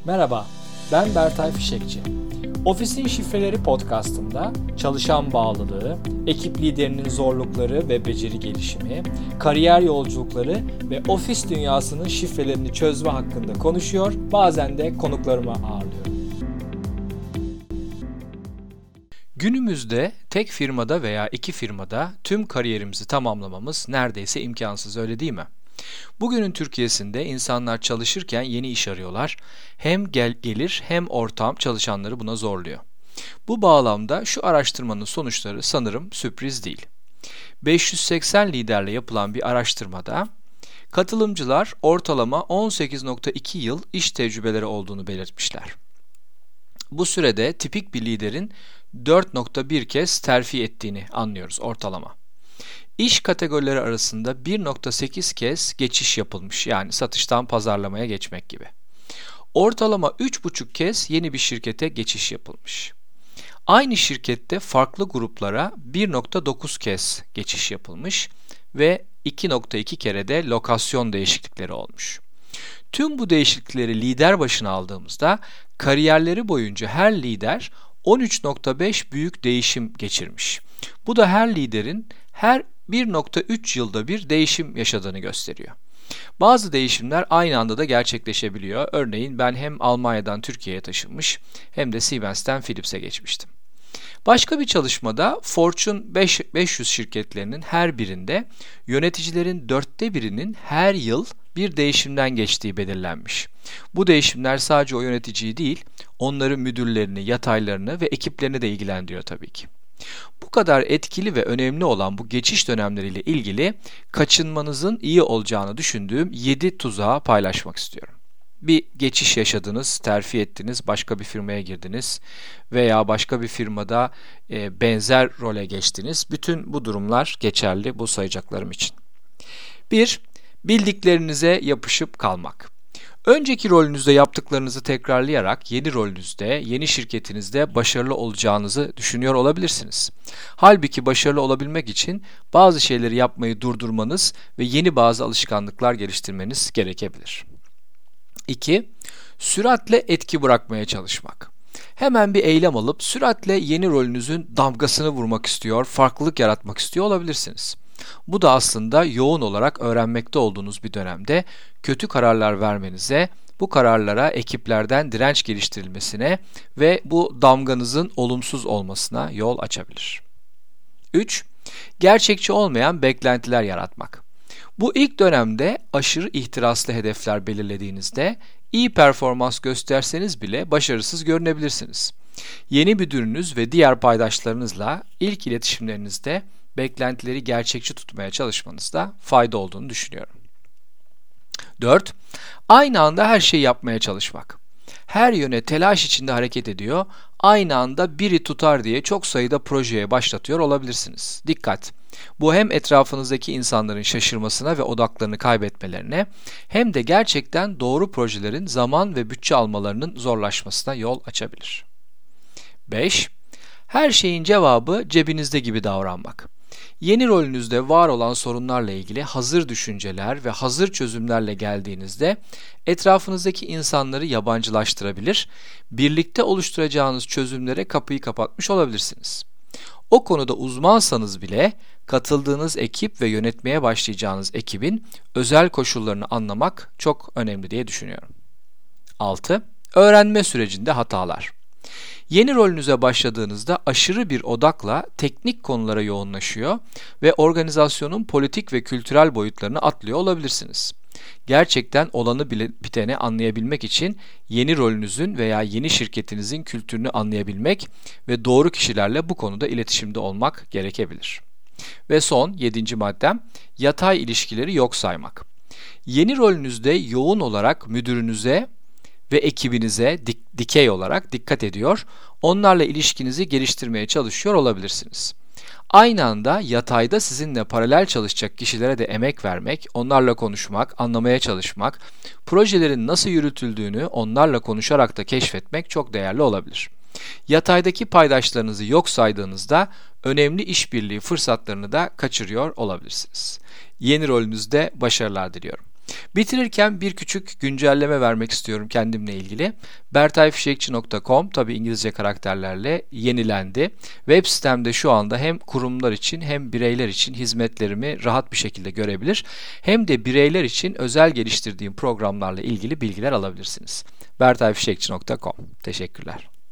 Merhaba, ben Bertay Fişekçi. Ofisin Şifreleri podcastında çalışan bağlılığı, ekip liderinin zorlukları ve beceri gelişimi, kariyer yolculukları ve ofis dünyasının şifrelerini çözme hakkında konuşuyor, bazen de konuklarımı ağırlıyorum. Günümüzde tek firmada veya iki firmada tüm kariyerimizi tamamlamamız neredeyse imkansız, öyle değil mi? Bugünün Türkiye'sinde insanlar çalışırken yeni iş arıyorlar. Hem gelir hem ortam çalışanları buna zorluyor. Bu bağlamda şu araştırmanın sonuçları sanırım sürpriz değil. 580 liderle yapılan bir araştırmada katılımcılar ortalama 18,2 yıl iş tecrübeleri olduğunu belirtmişler. Bu sürede tipik bir liderin 4,1 kez terfi ettiğini anlıyoruz ortalama. İş kategorileri arasında 1,8 kez geçiş yapılmış, yani satıştan pazarlamaya geçmek gibi. Ortalama 3,5 kez yeni bir şirkete geçiş yapılmış. Aynı şirkette farklı gruplara 1,9 kez geçiş yapılmış ve 2,2 kere de lokasyon değişiklikleri olmuş. Tüm bu değişiklikleri lider başına aldığımızda kariyerleri boyunca her lider 13,5 büyük değişim geçirmiş. Bu da her liderin her 1,3 yılda bir değişim yaşadığını gösteriyor. Bazı değişimler aynı anda da gerçekleşebiliyor. Örneğin ben hem Almanya'dan Türkiye'ye taşınmış hem de Siemens'ten Philips'e geçmiştim. Başka bir çalışmada Fortune 500 şirketlerinin her birinde yöneticilerin 1/4'inin her yıl bir değişimden geçtiği belirlenmiş. Bu değişimler sadece o yöneticiyi değil, onların müdürlerini, yataylarını ve ekiplerini de ilgilendiriyor tabii ki. Bu kadar etkili ve önemli olan bu geçiş dönemleriyle ilgili kaçınmanızın iyi olacağını düşündüğüm 7 tuzağı paylaşmak istiyorum. Bir geçiş yaşadınız, terfi ettiniz, başka bir firmaya girdiniz veya başka bir firmada benzer role geçtiniz. Bütün bu durumlar geçerli bu sayacaklarım için. 1. Bildiklerinize yapışıp kalmak. Önceki rolünüzde yaptıklarınızı tekrarlayarak yeni rolünüzde, yeni şirketinizde başarılı olacağınızı düşünüyor olabilirsiniz. Halbuki başarılı olabilmek için bazı şeyleri yapmayı durdurmanız ve yeni bazı alışkanlıklar geliştirmeniz gerekebilir. 2. Süratle etki bırakmaya çalışmak. Hemen bir eylem alıp süratle yeni rolünüzün damgasını vurmak istiyor, farklılık yaratmak istiyor olabilirsiniz. Bu da aslında yoğun olarak öğrenmekte olduğunuz bir dönemde kötü kararlar vermenize, bu kararlara ekiplerden direnç geliştirilmesine ve bu damganızın olumsuz olmasına yol açabilir. 3. Gerçekçi olmayan beklentiler yaratmak. Bu ilk dönemde aşırı ihtiraslı hedefler belirlediğinizde iyi performans gösterseniz bile başarısız görünebilirsiniz. Yeni müdürünüz ve diğer paydaşlarınızla ilk iletişimlerinizde beklentileri gerçekçi tutmaya çalışmanızda fayda olduğunu düşünüyorum. 4. Aynı anda her şeyi yapmaya çalışmak. Her yöne telaş içinde hareket ediyor, aynı anda biri tutar diye çok sayıda projeye başlatıyor olabilirsiniz. Dikkat! Bu hem etrafınızdaki insanların şaşırmasına ve odaklarını kaybetmelerine hem de gerçekten doğru projelerin zaman ve bütçe almalarının zorlaşmasına yol açabilir. 5. Her şeyin cevabı cebinizde gibi davranmak. Yeni rolünüzde var olan sorunlarla ilgili hazır düşünceler ve hazır çözümlerle geldiğinizde etrafınızdaki insanları yabancılaştırabilir, birlikte oluşturacağınız çözümlere kapıyı kapatmış olabilirsiniz. O konuda uzmansanız bile katıldığınız ekip ve yönetmeye başlayacağınız ekibin özel koşullarını anlamak çok önemli diye düşünüyorum. 6. Öğrenme sürecinde hatalar. Yeni rolünüze başladığınızda aşırı bir odakla teknik konulara yoğunlaşıyor ve organizasyonun politik ve kültürel boyutlarını atlıyor olabilirsiniz. Gerçekten olanı biteni anlayabilmek için yeni rolünüzün veya yeni şirketinizin kültürünü anlayabilmek ve doğru kişilerle bu konuda iletişimde olmak gerekebilir. Ve son 7. maddem, yatay ilişkileri yok saymak. Yeni rolünüzde yoğun olarak müdürünüze ve ekibinize dikey olarak dikkat ediyor, onlarla ilişkinizi geliştirmeye çalışıyor olabilirsiniz. Aynı anda yatayda sizinle paralel çalışacak kişilere de emek vermek, onlarla konuşmak, anlamaya çalışmak, projelerin nasıl yürütüldüğünü onlarla konuşarak da keşfetmek çok değerli olabilir. Yataydaki paydaşlarınızı yok saydığınızda önemli işbirliği fırsatlarını da kaçırıyor olabilirsiniz. Yeni rolünüzde başarılar diliyorum. Bitirirken bir küçük güncelleme vermek istiyorum kendimle ilgili. bertayfişekçi.com tabii İngilizce karakterlerle yenilendi. Web sitemde şu anda hem kurumlar için hem bireyler için hizmetlerimi rahat bir şekilde görebilir, hem de bireyler için özel geliştirdiğim programlarla ilgili bilgiler alabilirsiniz. bertayfişekçi.com. Teşekkürler.